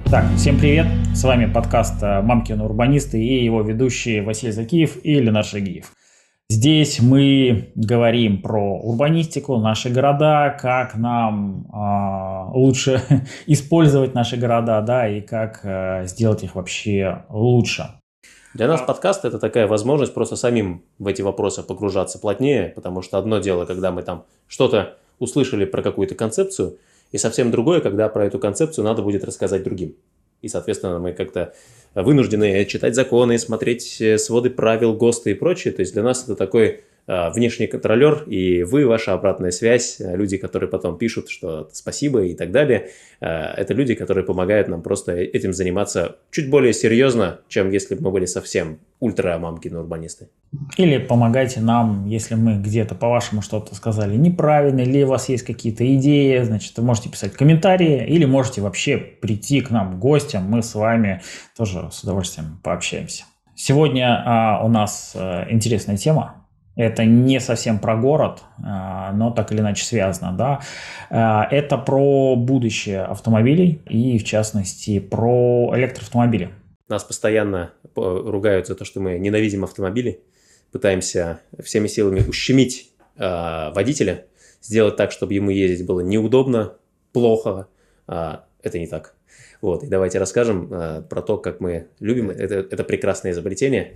Так, всем привет! С вами подкаст «Мамкины урбанисты» и его ведущие Василий Закиев и Ленар Шагиев. Здесь мы говорим про урбанистику, наши города, как нам лучше использовать наши города, да, и как сделать их вообще лучше. Для нас подкаст – это такая возможность просто самим в эти вопросы погружаться плотнее, потому что одно дело, когда мы там что-то услышали про какую-то концепцию, и совсем другое, когда про эту концепцию надо будет рассказать другим. И, соответственно, мы как-то вынуждены читать законы, смотреть своды правил, ГОСТы и прочее. То есть для нас это такой внешний контролер, и вы, ваша обратная связь, люди, которые потом пишут, что спасибо и так далее, это люди, которые помогают нам просто этим заниматься чуть более серьезно, чем если бы мы были совсем ультра-мамкины урбанисты. Или помогайте нам, если мы где-то, по-вашему, что-то сказали неправильно, или у вас есть какие-то идеи, значит, вы можете писать комментарии, или можете вообще прийти к нам гостям, мы с вами тоже с удовольствием пообщаемся. Сегодня у нас интересная тема. Это не совсем про город, но так или иначе связано, да. Это про будущее автомобилей и, в частности, про электроавтомобили. Нас постоянно ругают за то, что мы ненавидим автомобили, пытаемся всеми силами ущемить водителя, сделать так, чтобы ему ездить было неудобно, плохо. Это не так. Вот, и давайте расскажем про то, как мы любим это прекрасное изобретение.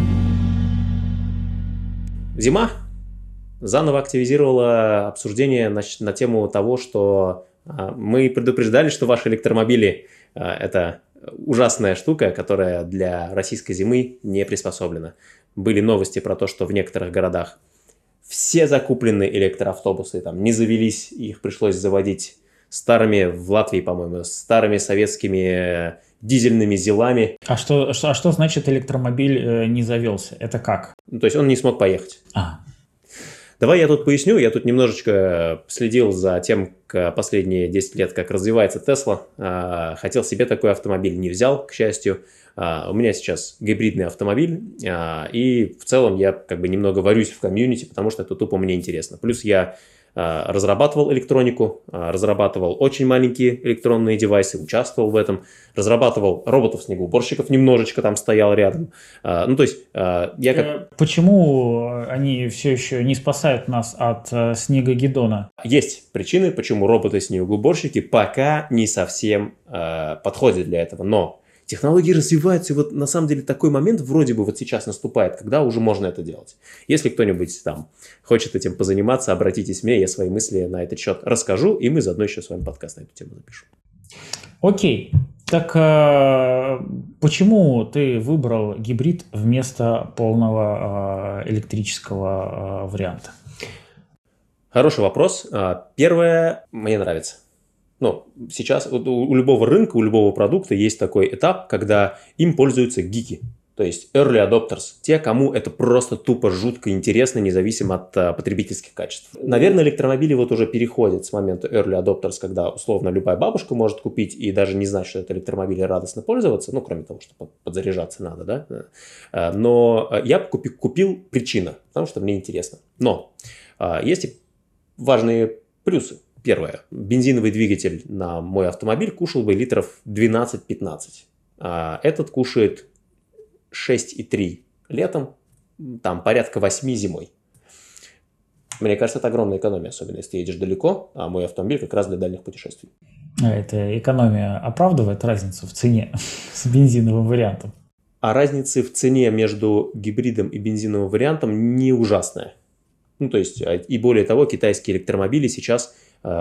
Зима заново активизировала обсуждение на тему того, что мы предупреждали, что ваши электромобили – это ужасная штука, которая для российской зимы не приспособлена. Были новости про то, что в некоторых городах все закупленные электроавтобусы там не завелись, их пришлось заводить старыми, в Латвии, по-моему, старыми советскими дизельными зилами. А что значит электромобиль не завелся? Это как? То есть он не смог поехать. Давай я тут поясню. Я тут немножечко следил за тем, последние 10 лет, как развивается Tesla. Хотел себе такой автомобиль, не взял, к счастью. У меня сейчас гибридный автомобиль, и в целом я как бы немного варюсь в комьюнити, потому что это тупо мне интересно. Плюс я разрабатывал электронику, разрабатывал очень маленькие электронные девайсы, участвовал в этом, разрабатывал роботов-снегоуборщиков, немножечко там стоял рядом. Ну, то есть я как... Почему они все еще не спасают нас от снегогеддона? Есть причины, почему роботы-снегоуборщики пока не совсем подходят для этого, но технологии развиваются, и вот на самом деле такой момент вроде бы вот сейчас наступает, когда уже можно это делать. Если кто-нибудь там хочет этим позаниматься, обратитесь ко мне, я свои мысли на этот счет расскажу, и мы заодно еще с вами подкаст на эту тему запишем. Окей. Так почему ты выбрал гибрид вместо полного электрического варианта? Хороший вопрос. Первое, мне нравится. Ну, сейчас у любого рынка, у любого продукта есть такой этап, когда им пользуются гики, то есть early adopters, те, кому это просто тупо жутко интересно, независимо от потребительских качеств. Наверное, электромобили вот уже переходят с момента early adopters, когда условно любая бабушка может купить и даже не знать, что это электромобиль, и радостно пользоваться, ну, кроме того, что подзаряжаться надо, да. Но я купил причина, потому что мне интересно. Но есть и важные плюсы. Первое. Бензиновый двигатель на мой автомобиль кушал бы литров 12-15. Этот кушает 6,3 летом, там порядка 8 зимой. Мне кажется, это огромная экономия, особенно если едешь далеко, а мой автомобиль как раз для дальних путешествий. Эта экономия оправдывает разницу в цене с бензиновым вариантом? А разницы в цене между гибридом и бензиновым вариантом не ужасная. Ну, то есть, и более того, китайские электромобили сейчас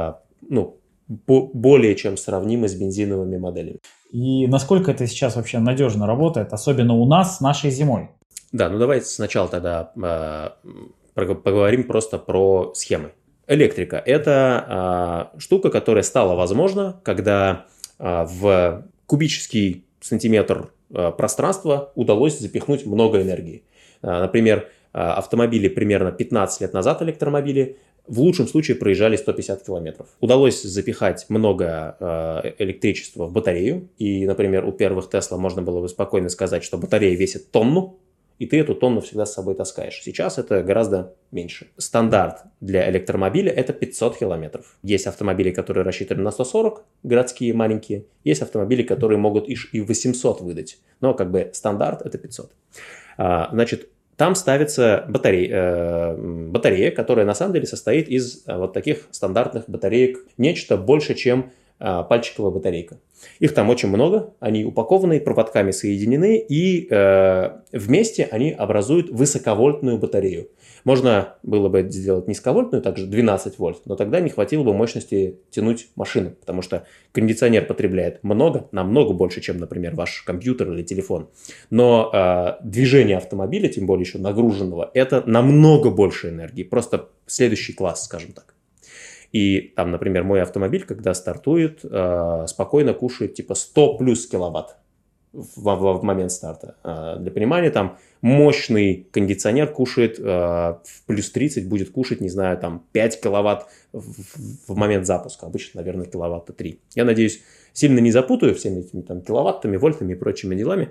более чем сравнимы с бензиновыми моделями. И насколько это сейчас вообще надежно работает, особенно у нас с нашей зимой? Да, ну давайте сначала тогда поговорим просто про схемы. Электрика – это штука, которая стала возможна, когда в кубический сантиметр пространства удалось запихнуть много энергии. Например, автомобили примерно 15 лет назад, электромобили, в лучшем случае проезжали 150 километров. Удалось запихать много электричества в батарею. И, например, у первых Tesla можно было бы спокойно сказать, что батарея весит тонну. и ты эту тонну всегда с собой таскаешь. Сейчас это гораздо меньше. Стандарт для электромобиля – это 500 километров. Есть автомобили, которые рассчитаны на 140, городские, маленькие. Есть автомобили, которые могут и 800 выдать. Но как бы стандарт – это 500. Значит, там ставится батарея, которая на самом деле состоит из вот таких стандартных батареек. Нечто больше, чем пальчиковая батарейка. Их там очень много, они упакованы, проводками соединены, и вместе они образуют высоковольтную батарею. Можно было бы сделать низковольтную, также 12 вольт, но тогда не хватило бы мощности тянуть машину, потому что кондиционер потребляет много, намного больше, чем, например, ваш компьютер или телефон. Но движение автомобиля, тем более еще нагруженного, это намного больше энергии, просто следующий класс, скажем так. И там, например, мой автомобиль, когда стартует, спокойно кушает типа 100 плюс киловатт в момент старта. Для понимания, там мощный кондиционер кушает в плюс 30, будет кушать, не знаю, там 5 киловатт в момент запуска. Обычно, наверное, киловатта 3. Я надеюсь, сильно не запутаю всеми этими там киловаттами, вольтами и прочими делами.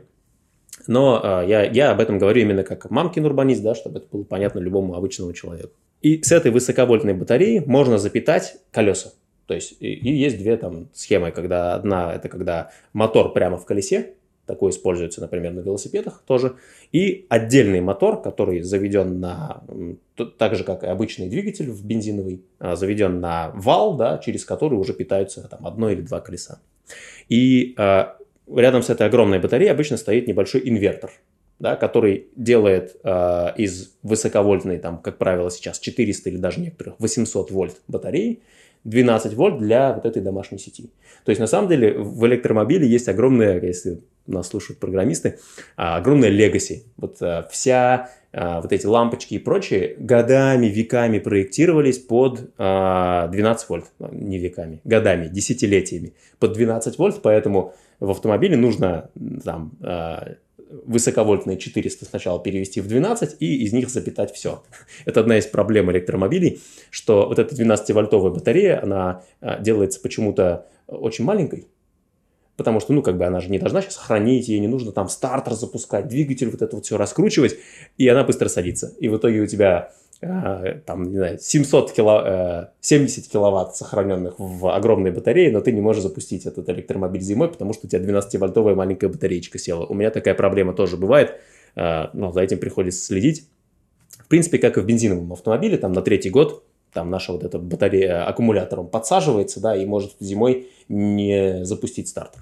Но я об этом говорю именно как мамкин урбанист, да, чтобы это было понятно любому обычному человеку. И с этой высоковольтной батареи можно запитать колеса. То есть и есть две там схемы, когда одна это когда мотор прямо в колесе, такой используется, например, на велосипедах тоже, и отдельный мотор, который заведен на, так же как и обычный двигатель в бензиновый, заведен на вал, да, через который уже питаются там одно или два колеса. И рядом с этой огромной батареей обычно стоит небольшой инвертор, да, который делает из высоковольтной, там, как правило, сейчас 400 или даже некоторых 800 вольт батареи 12 вольт для вот этой домашней сети. То есть, на самом деле, в электромобиле есть огромная, если нас слушают программисты, огромная легаси. Вот вот эти лампочки и прочее годами, веками проектировались под 12 вольт. Не веками, годами, десятилетиями под 12 вольт, поэтому в автомобиле нужно там высоковольтные 400 сначала перевести в 12 и из них запитать все. Это одна из проблем электромобилей, что вот эта 12-вольтовая батарея, она делается почему-то очень маленькой, потому что, ну, как бы она же не должна сейчас хранить, ей не нужно там стартер запускать, двигатель, вот это вот все раскручивать, и она быстро садится. И в итоге у тебя там, не знаю, 70 киловатт сохраненных в огромной батарее, но ты не можешь запустить этот электромобиль зимой, потому что у тебя 12-вольтовая маленькая батареечка села. У меня такая проблема тоже бывает, но за этим приходится следить. В принципе, как и в бензиновом автомобиле, там на третий год там наша вот эта батарея аккумулятором подсаживается, да, и может зимой не запустить стартер.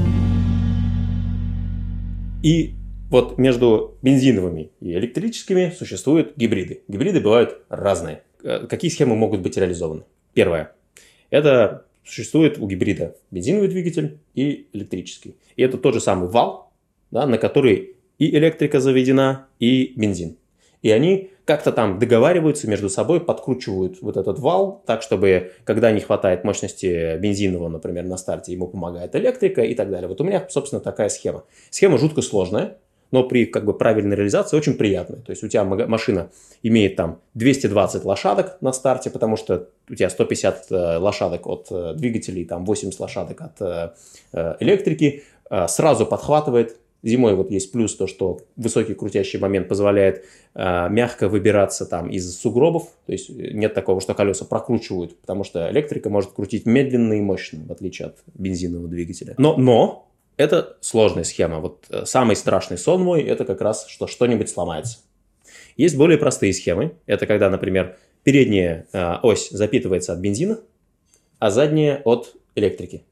И вот между бензиновыми и электрическими существуют гибриды. Гибриды бывают разные. Какие схемы могут быть реализованы? Первое. Это существует у гибрида бензиновый двигатель и электрический. И это тот же самый вал, да, на который и электрика заведена, и бензин. И они как-то там договариваются между собой, подкручивают вот этот вал так, чтобы, когда не хватает мощности бензинового, например, на старте, ему помогает электрика и так далее. Вот у меня, собственно, такая схема. Схема жутко сложная, но при как бы правильной реализации очень приятная. То есть у тебя машина имеет там 220 лошадок на старте, потому что у тебя 150 лошадок от двигателей, там 80 лошадок от электрики, сразу подхватывает. Зимой вот есть плюс то, что высокий крутящий момент позволяет мягко выбираться там из сугробов. То есть нет такого, что колеса прокручивают, потому что электрика может крутить медленно и мощно, в отличие от бензинового двигателя. Но это сложная схема. Вот самый страшный сон мой – это как раз, что что-нибудь сломается. Есть более простые схемы. Это когда, например, передняя ось запитывается от бензина, а задняя от электрики.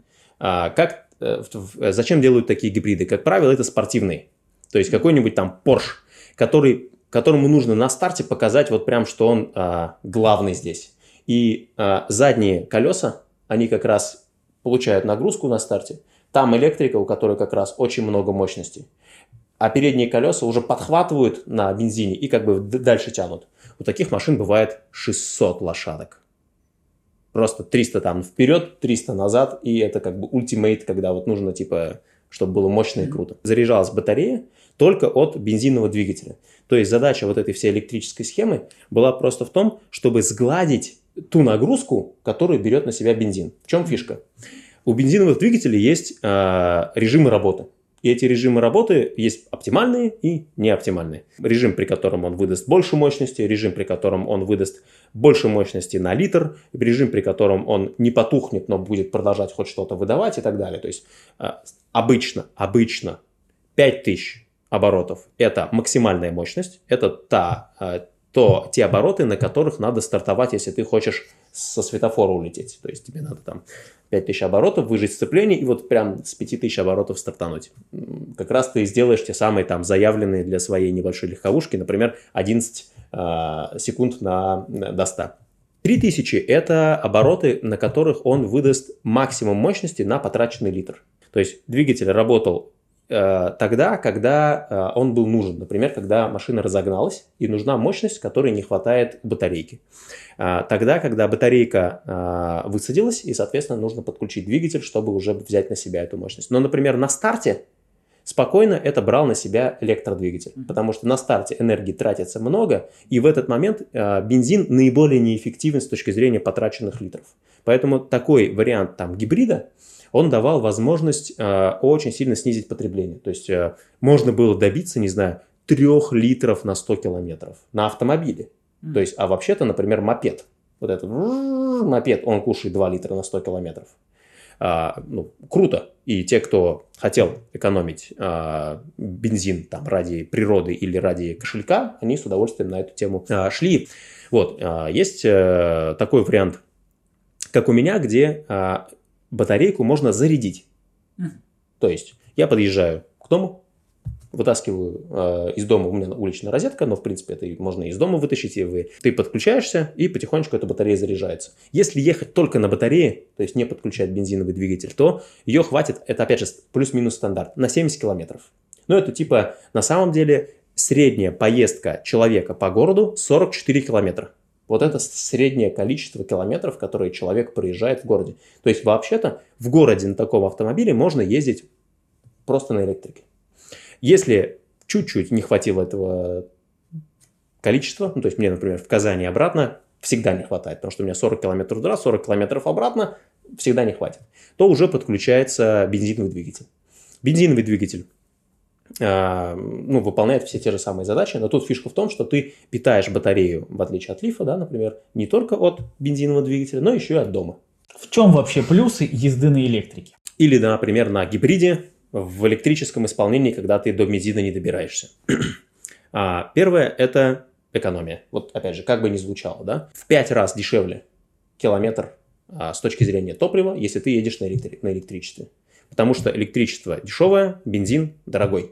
Зачем делают такие гибриды? Как правило, это спортивные. То есть какой-нибудь там Porsche, которому нужно на старте показать вот прям, что он главный здесь. И задние колеса, они как раз получают нагрузку на старте. Там электрика, у которой как раз очень много мощности. А передние колеса уже подхватывают на бензине и как бы дальше тянут. У таких машин бывает 600 лошадок. Просто 300 там вперед, 300 назад. И это как бы ультимейт, когда вот нужно типа, чтобы было мощно и круто. Заряжалась батарея только от бензинового двигателя. То есть задача вот этой всей электрической схемы была просто в том, чтобы сгладить ту нагрузку, которую берет на себя бензин. В чем фишка? У бензиновых двигателей есть режимы работы. И эти режимы работы есть оптимальные и неоптимальные. Режим, при котором он выдаст больше мощности, режим, при котором он выдаст больше мощности на литр, режим, при котором он не потухнет, но будет продолжать хоть что-то выдавать и так далее. То есть обычно 5000 оборотов – это максимальная мощность, это те обороты, на которых надо стартовать, если ты хочешь со светофора улететь. То есть тебе надо там 5000 оборотов, выжать сцепление и вот прям с 5000 оборотов стартануть. Как раз ты сделаешь те самые там заявленные для своей небольшой легковушки, например, 11 секунд до 100. 3000 – это обороты, на которых он выдаст максимум мощности на потраченный литр. То есть двигатель работал тогда, когда он был нужен. Например, когда машина разогналась и нужна мощность, которой не хватает батарейки. Тогда, когда батарейка высадилась и, соответственно, нужно подключить двигатель, чтобы уже взять на себя эту мощность. Но, например, на старте спокойно это брал на себя электродвигатель, потому что на старте энергии тратится много, и в этот момент бензин наиболее неэффективен с точки зрения потраченных литров. Поэтому такой вариант там гибрида, он давал возможность очень сильно снизить потребление. То есть можно было добиться, не знаю, 3 литров на 100 километров на автомобиле. То есть, а вообще-то, например, мопед. Вот этот мопед, он кушает 2 литра на 100 километров. Круто. И те, кто хотел экономить бензин там, ради природы или ради кошелька, они с удовольствием на эту тему шли. Вот. Есть такой вариант, как у меня, где батарейку можно зарядить. То есть я подъезжаю к дому, вытаскиваю из дома, у меня уличная розетка, но в принципе это можно и из дома вытащить, ты подключаешься, и потихонечку эта батарея заряжается. Если ехать только на батарее, то есть не подключать бензиновый двигатель, то ее хватит, это опять же плюс-минус стандарт, на 70 километров. Но это типа на самом деле средняя поездка человека по городу 44 километра. Вот это среднее количество километров, которые человек проезжает в городе. То есть вообще-то в городе на таком автомобиле можно ездить просто на электрике. Если чуть-чуть не хватило этого количества, то есть мне, например, в Казани обратно всегда не хватает, потому что у меня 40 километров туда, 40 километров обратно всегда не хватит, то уже подключается бензиновый двигатель. Бензиновый двигатель выполняет все те же самые задачи, но тут фишка в том, что ты питаешь батарею, в отличие от лифа, да, например, не только от бензинового двигателя, но еще и от дома. В чем вообще плюсы езды на электрике? Или, да, например, на гибриде в электрическом исполнении, когда ты до бензина не добираешься. Первое – это экономия. Вот опять же, как бы ни звучало, да, в 5 раз дешевле километр с точки зрения топлива, если ты едешь на электричестве. Потому что электричество дешевое, бензин дорогой.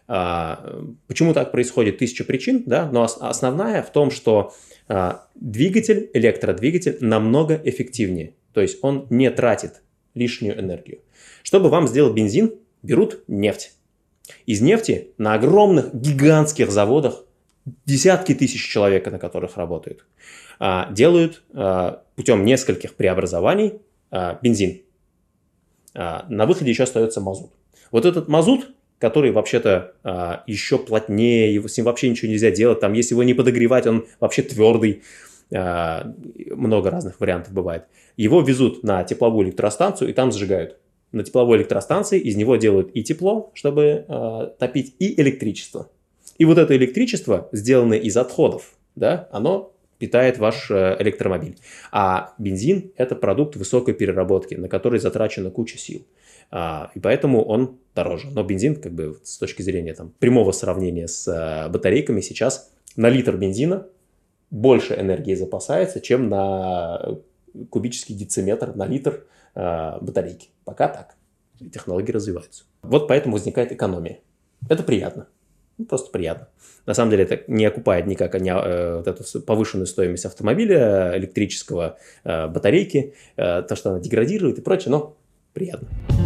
Почему так происходит? 1000 причин, да? Но основная в том, что электродвигатель намного эффективнее. То есть он не тратит лишнюю энергию. Чтобы вам сделать бензин, берут нефть. Из нефти на огромных, гигантских заводах десятки тысяч человек, на которых работают, делают путем нескольких преобразований бензин. На выходе еще остается мазут. Вот этот мазут, который вообще-то еще плотнее, с ним вообще ничего нельзя делать, там, если его не подогревать, он вообще твердый, много разных вариантов бывает. Его везут на тепловую электростанцию и там сжигают. На тепловой электростанции из него делают и тепло, чтобы топить, и электричество. И вот это электричество, сделанное из отходов, да, оно питает ваш электромобиль. А бензин – это продукт высокой переработки, на который затрачена куча сил. И поэтому он дороже. Но бензин, как бы с точки зрения там, прямого сравнения с батарейками, сейчас на литр бензина больше энергии запасается, чем на кубический дециметр на литр батарейки. Пока так. Технологии развиваются. Вот поэтому возникает экономия. Это приятно. Просто приятно. На самом деле это не окупает никак вот эту повышенную стоимость автомобиля, электрического, батарейки, то, что она деградирует и прочее, но приятно.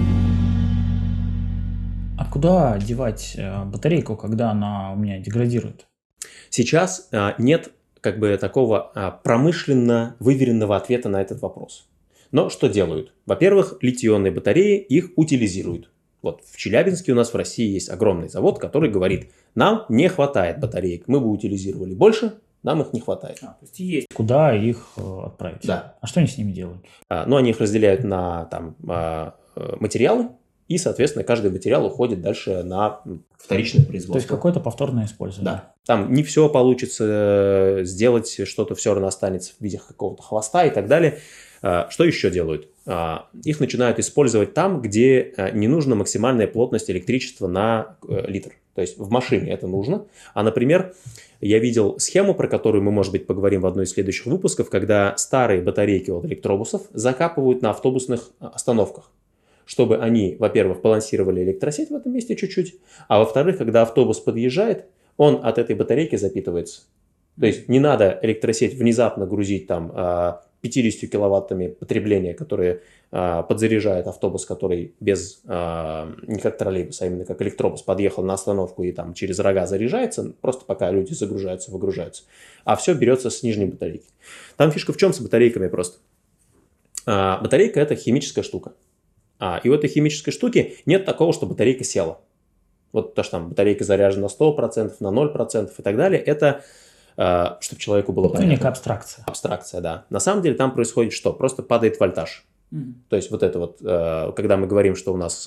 А куда девать батарейку, когда она у меня деградирует? Сейчас нет как бы такого промышленно выверенного ответа на этот вопрос. Но что делают? Во-первых, литий-ионные батареи их утилизируют. Вот в Челябинске у нас в России есть огромный завод, который говорит, нам не хватает батареек, мы бы утилизировали больше, нам их не хватает. То есть есть куда их отправить? Да. А что они с ними делают? Они их разделяют на материалы, и, соответственно, каждый материал уходит дальше на вторичное производство. То есть какое-то повторное использование. Да. Там не все получится сделать, что-то все равно останется в виде какого-то хвоста и так далее. Что еще делают? Их начинают использовать там, где не нужна максимальная плотность электричества на литр. То есть в машине это нужно. Например, я видел схему, про которую мы, может быть, поговорим в одной из следующих выпусков, когда старые батарейки от электробусов закапывают на автобусных остановках, чтобы они, во-первых, балансировали электросеть в этом месте чуть-чуть, а во-вторых, когда автобус подъезжает, он от этой батарейки запитывается. То есть не надо электросеть внезапно грузить там 50 киловаттами потребления, которые подзаряжает автобус, который без, не как троллейбус, а именно как электробус, подъехал на остановку и там через рога заряжается, просто пока люди загружаются, выгружаются. А все берется с нижней батарейки. Там фишка в чем с батарейками просто? Батарейка – это химическая штука. И в этой химической штуке нет такого, что батарейка села. Вот то, что там батарейка заряжена на 100%, на 0% и так далее, это чтобы человеку было понятно. Некая абстракция. Абстракция, да. На самом деле там происходит что? Просто падает вольтаж. То есть вот это вот, когда мы говорим, что у нас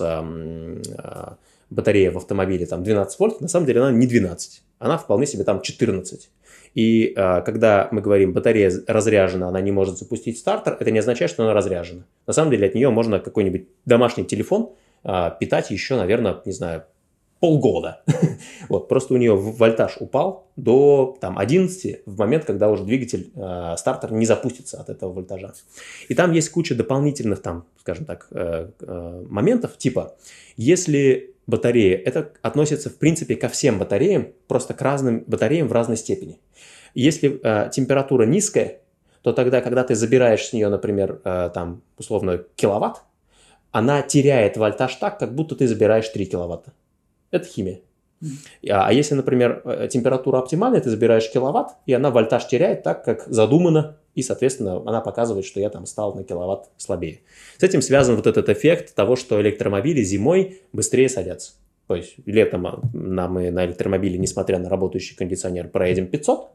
батарея в автомобиле там 12 вольт, на самом деле она не 12, она вполне себе там 14. И когда мы говорим, батарея разряжена, она не может запустить стартер, это не означает, что она разряжена. На самом деле от нее можно какой-нибудь домашний телефон питать еще, наверное, не знаю, полгода. Вот, просто у нее вольтаж упал до там, 11 в момент, когда уже двигатель, стартер не запустится от этого вольтажа. И там есть куча дополнительных, там, скажем так, моментов, типа, если батарея, это относится, в принципе, ко всем батареям, просто к разным батареям в разной степени. Если температура низкая, то тогда, когда ты забираешь с нее, например, там, условно, киловатт, она теряет вольтаж так, как будто ты забираешь 3 киловатта. Это химия. А если, например, температура оптимальная, ты забираешь киловатт, и она вольтаж теряет так, как задумано, и, соответственно, она показывает, что я там стал на киловатт слабее. С этим связан вот этот эффект того, что электромобили зимой быстрее садятся. То есть летом мы на электромобиле, несмотря на работающий кондиционер, проедем 500,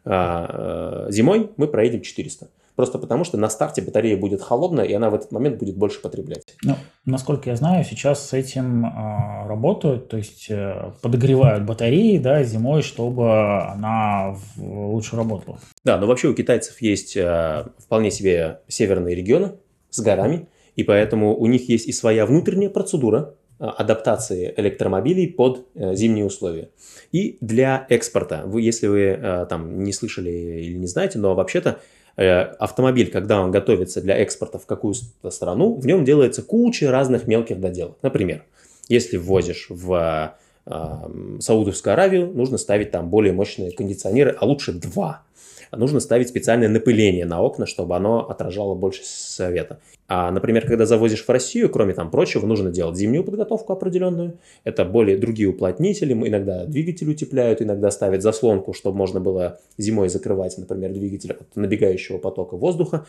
а зимой мы проедем 400. Просто потому, что на старте батарея будет холодная, и она в этот момент будет больше потреблять. Ну, насколько я знаю, сейчас с этим работают, то есть подогревают батареи, да, зимой, чтобы она лучше работала. Да, но вообще у китайцев есть вполне себе северные регионы с горами, и поэтому у них есть и своя внутренняя процедура адаптации электромобилей под зимние условия. И для экспорта, если вы там не слышали или не знаете, но вообще-то автомобиль, когда он готовится для экспорта в какую-то страну, в нем делается куча разных мелких доделок. Например, если ввозишь в Саудовскую Аравию, нужно ставить там более мощные кондиционеры, а лучше 2. Нужно ставить специальное напыление на окна, чтобы оно отражало больше света. Например, когда завозишь в Россию, кроме там прочего, нужно делать зимнюю подготовку определенную. Это более другие уплотнители. Иногда двигатель утепляют, иногда ставят заслонку, чтобы можно было зимой закрывать, например, двигатель от набегающего потока воздуха.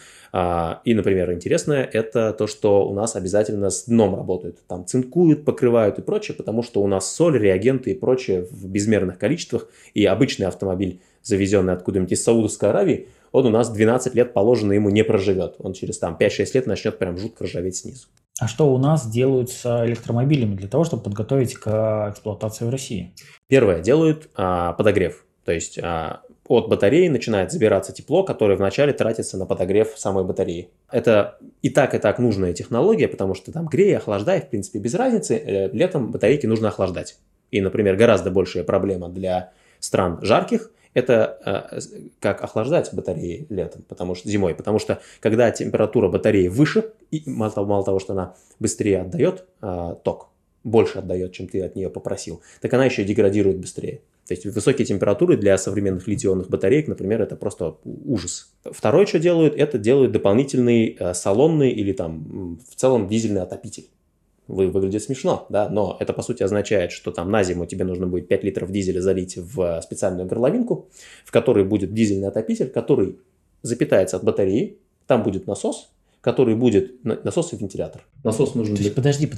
И, например, интересное, это то, что у нас обязательно с дном работают. Там цинкуют, покрывают и прочее, потому что у нас соль, реагенты и прочее в безмерных количествах. И обычный автомобиль, завезенный откуда-нибудь из Саудовской Аравии, он у нас 12 лет положено ему не проживет. Он через там 5-6 лет начнет прям жутко ржаветь снизу. А что у нас делают с электромобилями для того, чтобы подготовить к эксплуатации в России? Первое, делают подогрев. То есть от батареи начинает забираться тепло, которое вначале тратится на подогрев самой батареи. Это и так нужная технология, потому что там грей, охлаждай, в принципе, без разницы. Летом батарейки нужно охлаждать. И, например, гораздо большая проблема для стран жарких – это как охлаждать батареи летом, зимой, потому что когда температура батареи выше, и мало того, что она быстрее отдает ток, больше отдает, чем ты от нее попросил, так она еще и деградирует быстрее. То есть высокие температуры для современных литий-ионных батареек, например, это просто ужас. Второе, что делают, это делают дополнительный салонный или там в целом дизельный отопитель. Выглядит смешно, да, но это по сути означает, что там на зиму тебе нужно будет 5 литров дизеля залить в специальную горловинку, в которой будет дизельный отопитель, который запитается от батареи, там будет насос, который будет насос и вентилятор. Насос нужен для... Подожди.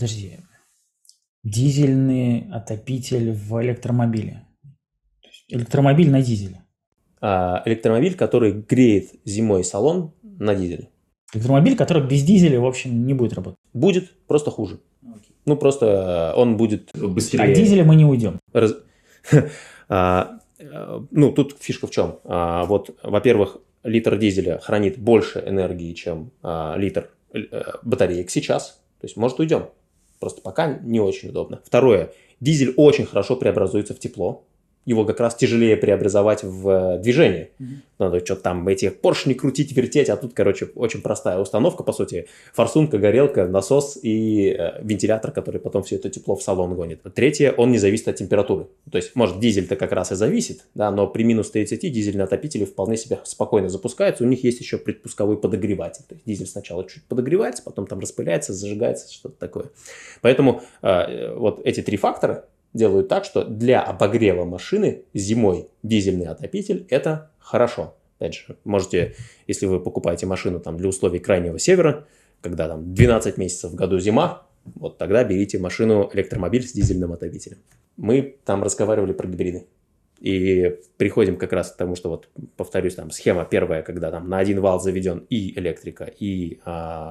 Дизельный отопитель в электромобиле. Электромобиль на дизеле. Электромобиль, который греет зимой салон на дизеле. Электромобиль, который без дизеля, в общем, не будет работать. Будет, просто хуже. Ну, просто он будет быстрее... От дизеля мы не уйдем. Ну, тут фишка в чем? Вот, во-первых, литр дизеля хранит больше энергии, чем литр батареек сейчас. То есть, может, уйдем. Просто пока не очень удобно. Второе. Дизель очень хорошо преобразуется в тепло. Его как раз тяжелее преобразовать в движение. Надо что-то там эти поршни крутить, вертеть, а тут, короче, очень простая установка, по сути. Форсунка, горелка, насос и вентилятор, который потом все это тепло в салон гонит. Третье, он не зависит от температуры. То есть, может, дизель-то как раз и зависит, да, но при минус 30 дизельные отопители вполне себе спокойно запускаются. У них есть еще предпусковой подогреватель. То есть, дизель сначала чуть подогревается, потом там распыляется, зажигается, что-то такое. Поэтому вот эти три фактора делают так, что для обогрева машины зимой дизельный отопитель – это хорошо. Опять же, можете, если вы покупаете машину там, для условий крайнего севера, когда там 12 месяцев в году зима, вот тогда берите машину электромобиль с дизельным отопителем. Мы там разговаривали про гибриды. И приходим как раз к тому, что вот, повторюсь, там схема первая, когда там на один вал заведен и электрика, и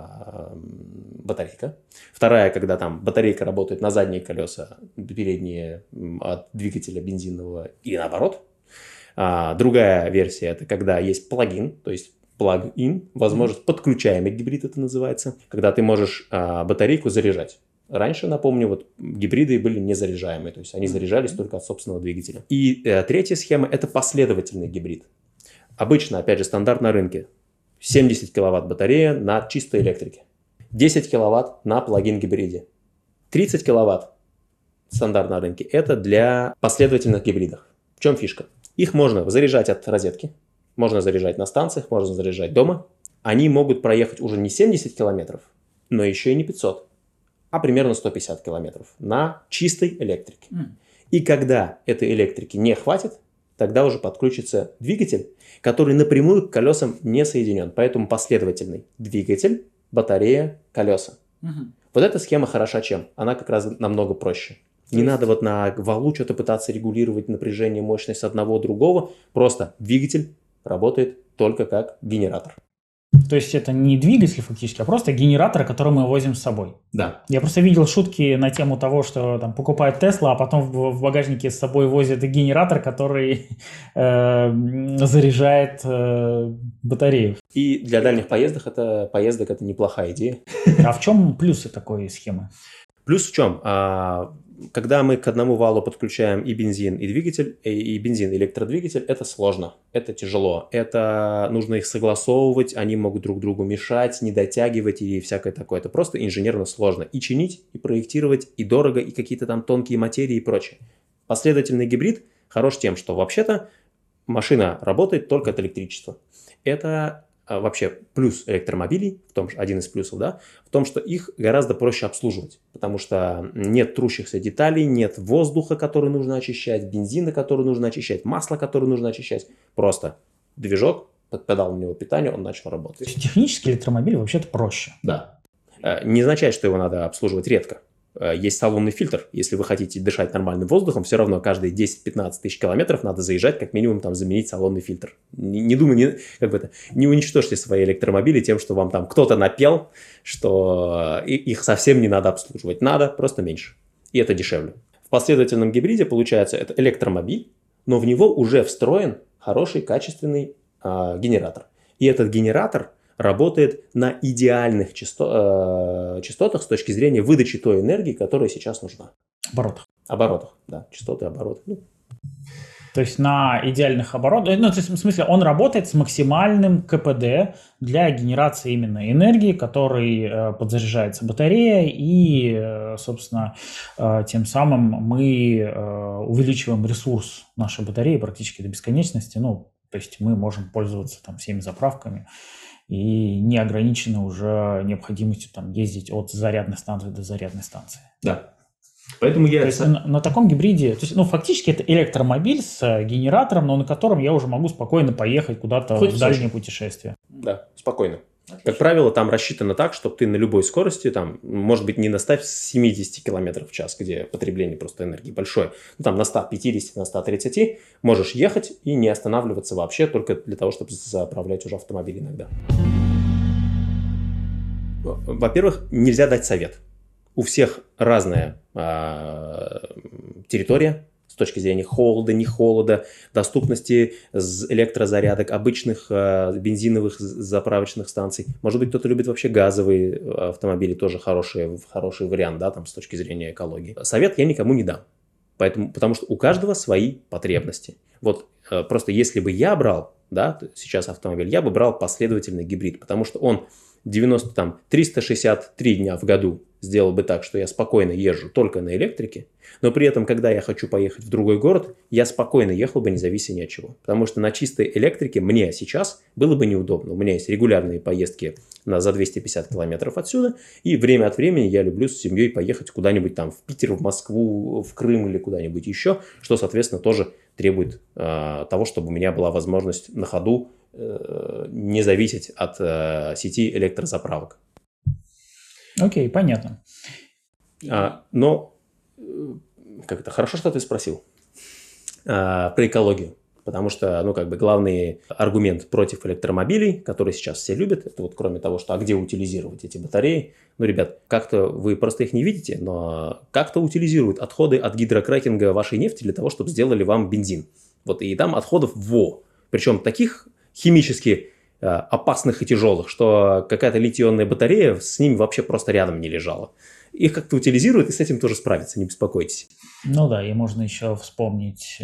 батарейка. Вторая, когда там батарейка работает на задние колеса, передние от двигателя бензинового и наоборот. Другая версия, это когда есть плагин, то есть plug-in, возможность подключаемый гибрид это называется, когда ты можешь батарейку заряжать. Раньше, напомню, вот гибриды были незаряжаемые, то есть они заряжались только от собственного двигателя. И третья схема – это последовательный гибрид. Обычно, опять же, стандарт на рынке 70 киловатт батарея на чистой электрике, 10 киловатт на плагин-гибриде, 30 киловатт стандарт на рынке – это для последовательных гибридов. В чем фишка? Их можно заряжать от розетки, можно заряжать на станциях, можно заряжать дома. Они могут проехать уже не 70 километров, но еще и не 500. А примерно 150 километров на чистой электрике. И когда этой электрики не хватит, тогда уже подключится двигатель, который напрямую к колесам не соединен. Поэтому последовательный двигатель, батарея, колеса. Вот эта схема хороша чем? Она как раз намного проще. Не надо вот на валу что-то пытаться регулировать напряжение, мощность одного другого. Просто двигатель работает только как генератор. То есть это не двигатель фактически, а просто генератор, который мы возим с собой. Да. Я просто видел шутки на тему того, что там покупают Тесла, а потом в багажнике с собой возят генератор, который заряжает батарею. И для дальних поездок это неплохая идея. А в чем плюсы такой схемы? Плюс в чем? Когда мы к одному валу подключаем и бензин, и двигатель, и бензин, и электродвигатель, это сложно, это тяжело, это нужно их согласовывать, они могут друг другу мешать, не дотягивать и всякое такое. Это просто инженерно сложно. И чинить, и проектировать, и дорого, и какие-то там тонкие материи и прочее. Последовательный гибрид хорош тем, что вообще-то машина работает только от электричества. Это вообще плюс электромобилей, один из плюсов, да, в том, что их гораздо проще обслуживать, потому что нет трущихся деталей, нет воздуха, который нужно очищать, бензина, который нужно очищать, масла, которое нужно очищать. Просто движок, подал на него питание, он начал работать. То есть технически электромобиль вообще-то проще. Да. Не означает, что его надо обслуживать редко. Есть салонный фильтр. Если вы хотите дышать нормальным воздухом, все равно каждые 10-15 тысяч километров надо заезжать, как минимум там заменить салонный фильтр. Не уничтожьте свои электромобили тем, что вам там кто-то напел, что их совсем не надо обслуживать. Надо, просто меньше. И это дешевле. В последовательном гибриде, получается, это электромобиль, но в него уже встроен хороший, качественный генератор. И этот генератор работает на идеальных частотах с точки зрения выдачи той энергии, которая сейчас нужна. Оборотах, да, частоты, обороты. То есть на идеальных оборотах, то есть в смысле он работает с максимальным КПД для генерации именно энергии, которой подзаряжается батарея, и, собственно, тем самым мы увеличиваем ресурс нашей батареи практически до бесконечности. То есть мы можем пользоваться там всеми заправками и не ограничены уже необходимостью там ездить от зарядной станции до зарядной станции. Да. Поэтому то есть на таком гибриде, то есть, фактически это электромобиль с генератором, но на котором я уже могу спокойно поехать куда-то в дальнее путешествие. Да, спокойно. Отлично. Как правило, там рассчитано так, чтобы ты на любой скорости, там, может быть, не на 170 км в час, где потребление просто энергии большое, там на 150, на 130 можешь ехать и не останавливаться вообще, только для того, чтобы заправлять уже автомобиль иногда. Во-первых, нельзя дать совет. у всех разная территория с точки зрения холода, не холода, доступности электрозарядок, обычных бензиновых заправочных станций. Может быть, кто-то любит вообще газовые автомобили, тоже хороший вариант, да, там, с точки зрения экологии. Совет я никому не дам, потому что у каждого свои потребности. Вот просто если бы я брал, да, сейчас автомобиль, я бы брал последовательный гибрид, потому что он 363 дня в году сделал бы так, что я спокойно езжу только на электрике, но при этом, когда я хочу поехать в другой город, я спокойно ехал бы, независимо ни от чего. Потому что на чистой электрике мне сейчас было бы неудобно. У меня есть регулярные поездки за 250 километров отсюда, и время от времени я люблю с семьей поехать куда-нибудь там в Питер, в Москву, в Крым или куда-нибудь еще, что, соответственно, тоже требует того, чтобы у меня была возможность на ходу не зависеть от сети электрозаправок. Окей, понятно. Но как-то хорошо, что ты спросил про экологию. Потому что, главный аргумент против электромобилей, который сейчас все любят, это вот кроме того, что где утилизировать эти батареи. Ребят, как-то вы просто их не видите, но как-то утилизируют отходы от гидрокрекинга вашей нефти для того, чтобы сделали вам бензин. Вот, и там отходов причем таких химически опасных и тяжелых, что какая-то литий-ионная батарея с ними вообще просто рядом не лежала. Их как-то утилизируют, и с этим тоже справиться, не беспокойтесь. Ну да, и можно еще вспомнить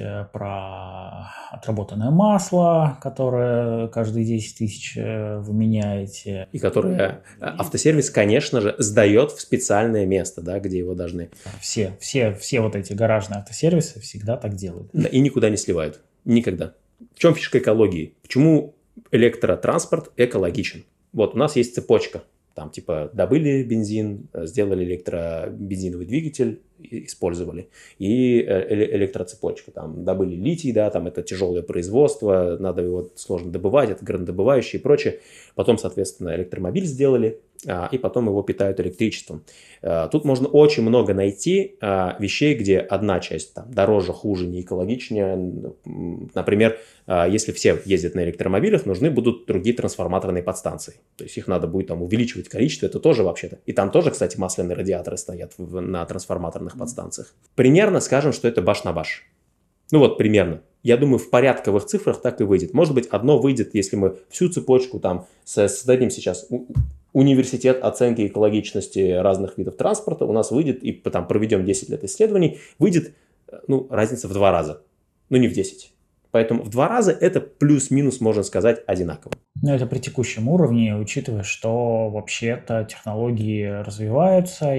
про отработанное масло, которое каждые 10 тысяч вы меняете. И которое автосервис, конечно же, сдает в специальное место, да, где его должны. Все вот эти гаражные автосервисы всегда так делают. Да, и никуда не сливают. Никогда. В чем фишка экологии? Почему электротранспорт экологичен? Вот у нас есть цепочка. Там типа добыли бензин, сделали электробензиновый двигатель, использовали. И электроцепочка. Там добыли литий, да, там это тяжелое производство, надо его сложно добывать, это горнодобывающие и прочее. Потом, соответственно, электромобиль сделали, и потом его питают электричеством. Тут можно очень много найти вещей, где одна часть там дороже, хуже, не экологичнее. Например, если все ездят на электромобилях, нужны будут другие трансформаторные подстанции. То есть их надо будет там увеличивать количество, это тоже вообще-то. И там тоже, кстати, масляные радиаторы стоят на трансформаторных подстанциях. Примерно скажем, что это баш на баш. Примерно. Я думаю, в порядковых цифрах так и выйдет. Может быть, одно выйдет, если мы всю цепочку там создадим сейчас университет оценки экологичности разных видов транспорта, у нас выйдет, и там проведем 10 лет исследований, выйдет, разница в 2 раза. Не в 10. Поэтому в 2 раза это плюс-минус, можно сказать, одинаково. Это при текущем уровне, учитывая, что вообще-то технологии развиваются,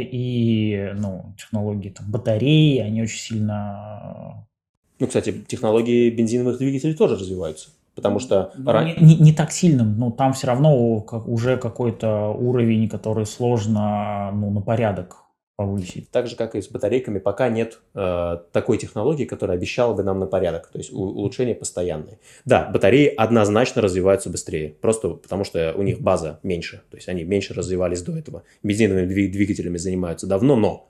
и технологии батареи, они очень сильно... Кстати, технологии бензиновых двигателей тоже развиваются. Потому что... Не так сильно, но там все равно уже какой-то уровень, который сложно на порядок повысить. Так же, как и с батарейками, пока нет такой технологии, которая обещала бы нам на порядок. То есть улучшения постоянные. Да, батареи однозначно развиваются быстрее. Просто потому, что у них база меньше. То есть они меньше развивались до этого. Бензиновыми двигателями занимаются давно, но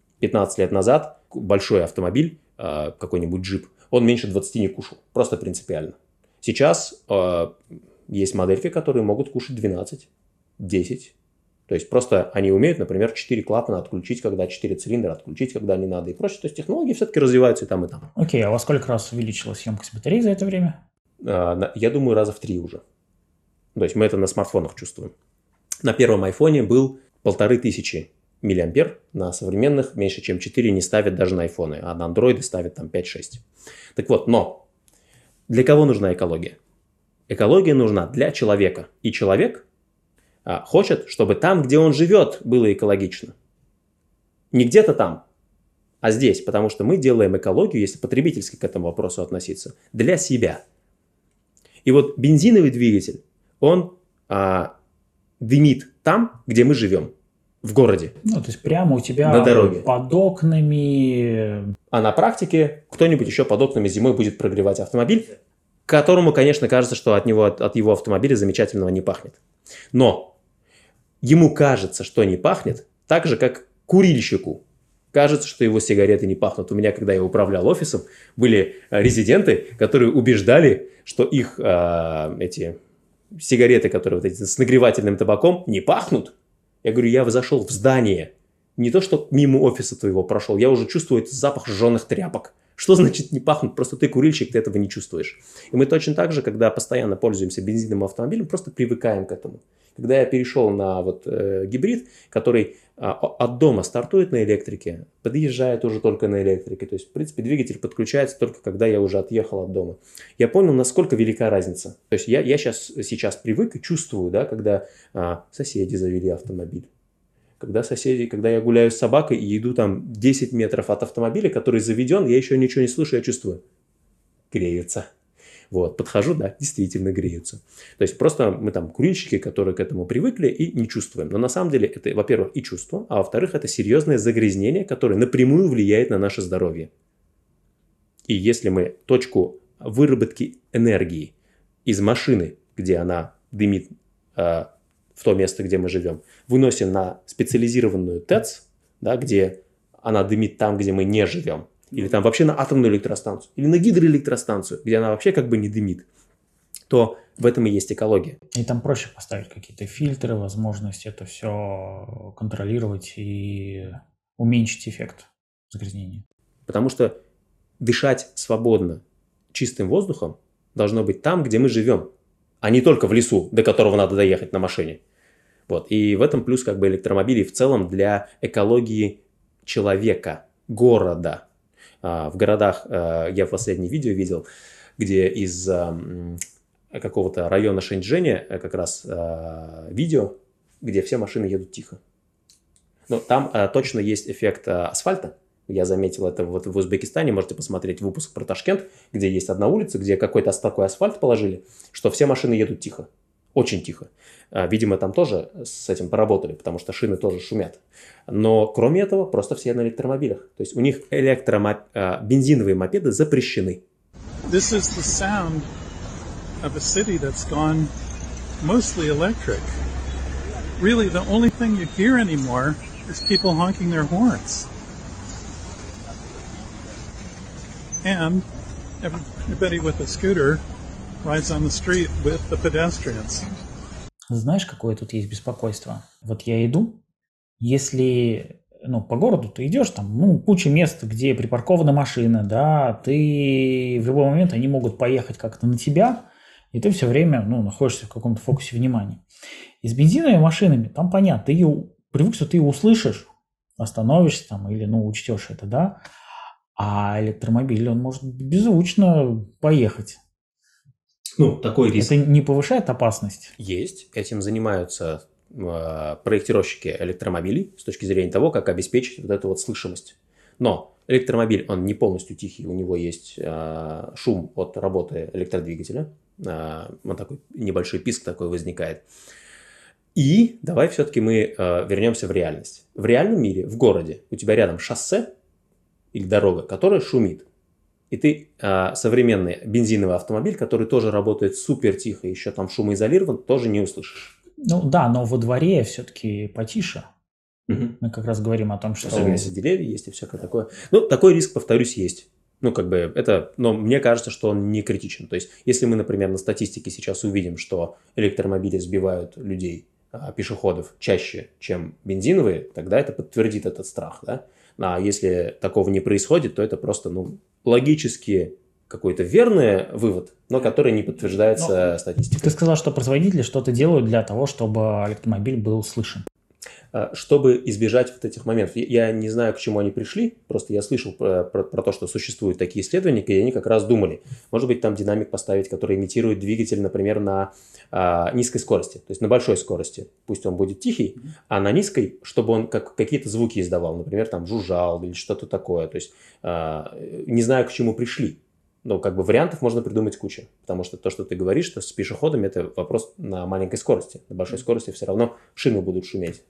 15 лет назад большой автомобиль, какой-нибудь джип, он меньше 20 не кушал. Просто принципиально. Сейчас есть модельки, которые могут кушать 12, 10. То есть просто они умеют, например, 4 клапана отключить, когда 4 цилиндра отключить, когда не надо и прочее. То есть технологии все-таки развиваются и там, и там. Окей, а во сколько раз увеличилась емкость батареи за это время? Я думаю, раза в 3 уже. То есть мы это на смартфонах чувствуем. На первом айфоне был 1500 миллиампер, на современных меньше, чем 4 не ставят даже на айфоны, а на андроиды ставят там 5-6. Так вот, но для кого нужна экология? Экология нужна для человека. И человек хочет, чтобы там, где он живет, было экологично. Не где-то там, а здесь. Потому что мы делаем экологию, если потребительски к этому вопросу относиться, для себя. И вот бензиновый двигатель, он дымит там, где мы живем. В городе. То есть прямо у тебя на дороге. Под окнами. А на практике кто-нибудь еще под окнами зимой будет прогревать автомобиль, которому, конечно, кажется, что от его автомобиля замечательного не пахнет. Но ему кажется, что не пахнет, так же, как курильщику. Кажется, что его сигареты не пахнут. У меня, когда я управлял офисом, были резиденты, которые убеждали, что их эти сигареты, которые с нагревательным табаком, не пахнут. Я говорю, я зашел в здание, Не то, что мимо офиса твоего прошел, я уже чувствую этот запах сжженных тряпок. Что значит не пахнут? Просто ты курильщик, ты этого не чувствуешь. И мы точно так же, когда постоянно пользуемся бензиновым автомобилем, просто привыкаем к этому. Когда я перешел на гибрид, который от дома стартует на электрике, подъезжает уже только на электрике. То есть, в принципе, двигатель подключается только когда я уже отъехал от дома. Я понял, насколько велика разница. То есть, я сейчас привык и чувствую, да, когда соседи завели автомобиль. Когда я гуляю с собакой и иду там 10 метров от автомобиля, который заведен, я еще ничего не слышу, я чувствую. Греются. Вот, подхожу, да, действительно греются. То есть просто мы там курильщики, которые к этому привыкли и не чувствуем. Но на самом деле это, во-первых, и чувство, а во-вторых, это серьезное загрязнение, которое напрямую влияет на наше здоровье. И если мы точку выработки энергии из машины, где она дымит, в то место, где мы живем, выносим на специализированную ТЭЦ, да, где она дымит там, где мы не живем, или там вообще на атомную электростанцию, или на гидроэлектростанцию, где она вообще как бы не дымит, то в этом и есть экология. И там проще поставить какие-то фильтры, возможность это все контролировать и уменьшить эффект загрязнения. Потому что дышать свободно чистым воздухом должно быть там, где мы живем, а не только в лесу, до которого надо доехать на машине. Вот. И в этом плюс как бы электромобилей в целом для экологии человека, города. В городах, я в последнее видео видел, где из какого-то района Шэньчжэня как раз видео, где все машины едут тихо. Но там точно есть эффект асфальта. Я заметил это вот в Узбекистане, можете посмотреть выпуск про Ташкент, где есть одна улица, где какой-то такой асфальт положили, что все машины едут тихо, очень тихо. Видимо, там тоже с этим поработали, потому что шины тоже шумят. Но кроме этого, просто все на электромобилях. То есть у них бензиновые мопеды запрещены. This is the sound of a city that's gone mostly electric. Really, the only thing you hear anymore is people honking their horns. And everybody with a scooter rides on the street with the pedestrians. Знаешь, какое тут есть беспокойство? Вот я иду, если по городу ты идешь, там куча мест, где припаркована машина, да, ты в любой момент они могут поехать как-то на тебя, и ты все время находишься в каком-то фокусе внимания. И с бензиновыми машинами там понятно, ты ее привык, что ты ее услышишь, остановишься там или учтешь это, да, а электромобиль, он может беззвучно поехать. Такой риск. Это не повышает опасность? Есть. Этим занимаются проектировщики электромобилей с точки зрения того, как обеспечить вот эту вот слышимость. Но электромобиль, он не полностью тихий, у него есть шум от работы электродвигателя. Вот такой небольшой писк такой возникает. И давай все-таки мы вернемся в реальность. В реальном мире, в городе, у тебя рядом шоссе или дорога, которая шумит. И ты современный бензиновый автомобиль, который тоже работает супер тихо, еще там шумоизолирован, тоже не услышишь. Да, но во дворе все-таки потише. Угу. Мы как раз говорим о том, что... Особенно если деревья есть и всякое такое. Такой риск, повторюсь, есть. Но мне кажется, что он не критичен. То есть, если мы, например, на статистике сейчас увидим, что электромобили сбивают людей, пешеходов чаще, чем бензиновые, тогда это подтвердит этот страх, да? А если такого не происходит, то это просто, логически какой-то верный вывод, но который не подтверждается статистикой. Ты сказал, что производители что-то делают для того, чтобы электромобиль был слышен. Чтобы избежать вот этих моментов. Я не знаю, к чему они пришли, просто я слышал про то, что существуют такие исследования, и они как раз думали, может быть, там динамик поставить, который имитирует двигатель, например, на низкой скорости, то есть на большой скорости. Пусть он будет тихий, а на низкой, чтобы он какие-то звуки издавал, например, там жужжал или что-то такое. То есть не знаю, к чему пришли. Но вариантов можно придумать кучу. Потому что то, что ты говоришь, что с пешеходами, это вопрос на маленькой скорости. На большой скорости все равно шины будут шуметь.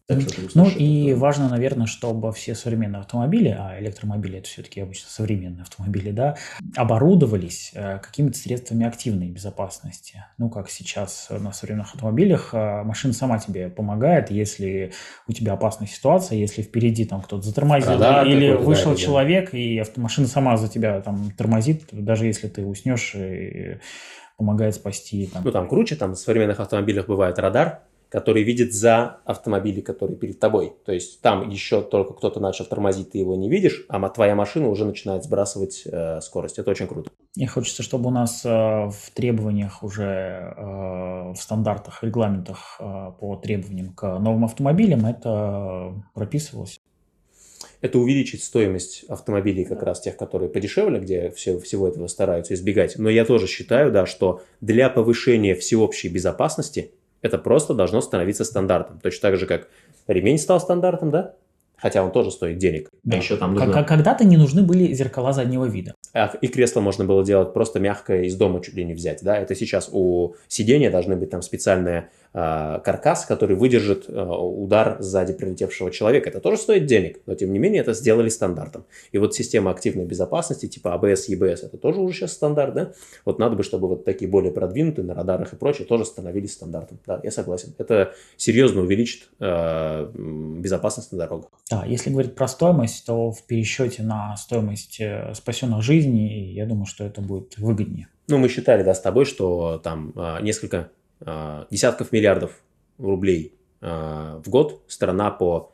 И важно, наверное, чтобы все современные автомобили, а электромобили это все-таки обычно современные автомобили, да, оборудовались какими-то средствами активной безопасности. Как сейчас на современных автомобилях машина сама тебе помогает, если у тебя опасная ситуация, если впереди там кто-то затормозил, или вышел человек, и машина сама за тебя там тормозит, даже если ты уснешь, и помогает спасти. Там круче, в современных автомобилях бывает радар, который видит за автомобили, которые перед тобой. То есть там еще только кто-то начал тормозить, ты его не видишь, а твоя машина уже начинает сбрасывать скорость. Это очень круто. Мне хочется, чтобы у нас в требованиях уже, в стандартах, регламентах по требованиям к новым автомобилям это прописывалось. Это увеличит стоимость автомобилей как раз тех, которые подешевле, где всего этого стараются избегать. Но я тоже считаю, да, что для повышения всеобщей безопасности это просто должно становиться стандартом. Точно так же, как ремень стал стандартом, да? Хотя он тоже стоит денег. Да. А еще там нужно... Когда-то не нужны были зеркала заднего вида. И кресло можно было делать просто мягкое, из дома чуть ли не взять, да? Это сейчас у сидения должны быть там специальные каркас, который выдержит удар сзади прилетевшего человека. Это тоже стоит денег, но тем не менее это сделали стандартом. И вот система активной безопасности типа ABS, EBS, это тоже уже сейчас стандарт, да? Вот надо бы, чтобы вот такие более продвинутые на радарах и прочее тоже становились стандартом. Да, я согласен. Это серьезно увеличит безопасность на дорогах. Да, если говорить про стоимость, то в пересчете на стоимость спасенных жизней, я думаю, что это будет выгоднее. Ну, мы считали, да, с тобой, что там несколько десятков миллиардов рублей в год страна по...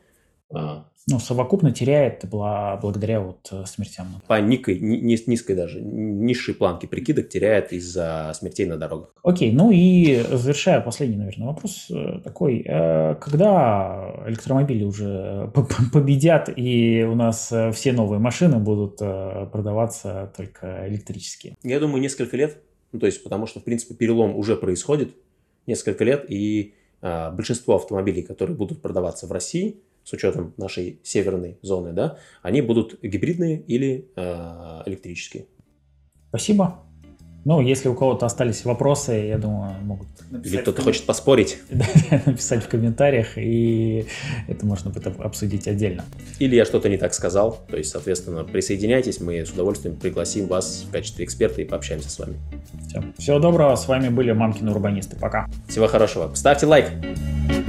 совокупно теряет благодаря вот смертям. По низкой даже, низшей планке прикидок теряет из-за смертей на дорогах. Окей, ну и завершая последний, наверное, вопрос такой. Когда электромобили уже победят и у нас все новые машины будут продаваться только электрические? Я думаю, несколько лет. Ну, то есть, потому что, в принципе, перелом уже происходит несколько лет, и большинство автомобилей, которые будут продаваться в России, с учетом нашей северной зоны, да, они будут гибридные или электрические. Спасибо. Ну, если у кого-то остались вопросы, я думаю, могут написать. Или кто-то хочет поспорить. Написать в комментариях, и это можно будет обсудить отдельно. Или я что-то не так сказал. То есть, соответственно, присоединяйтесь, мы с удовольствием пригласим вас в качестве эксперта и пообщаемся с вами. Всего доброго, с вами были Мамкины урбанисты. Пока. Всего хорошего. Ставьте лайк.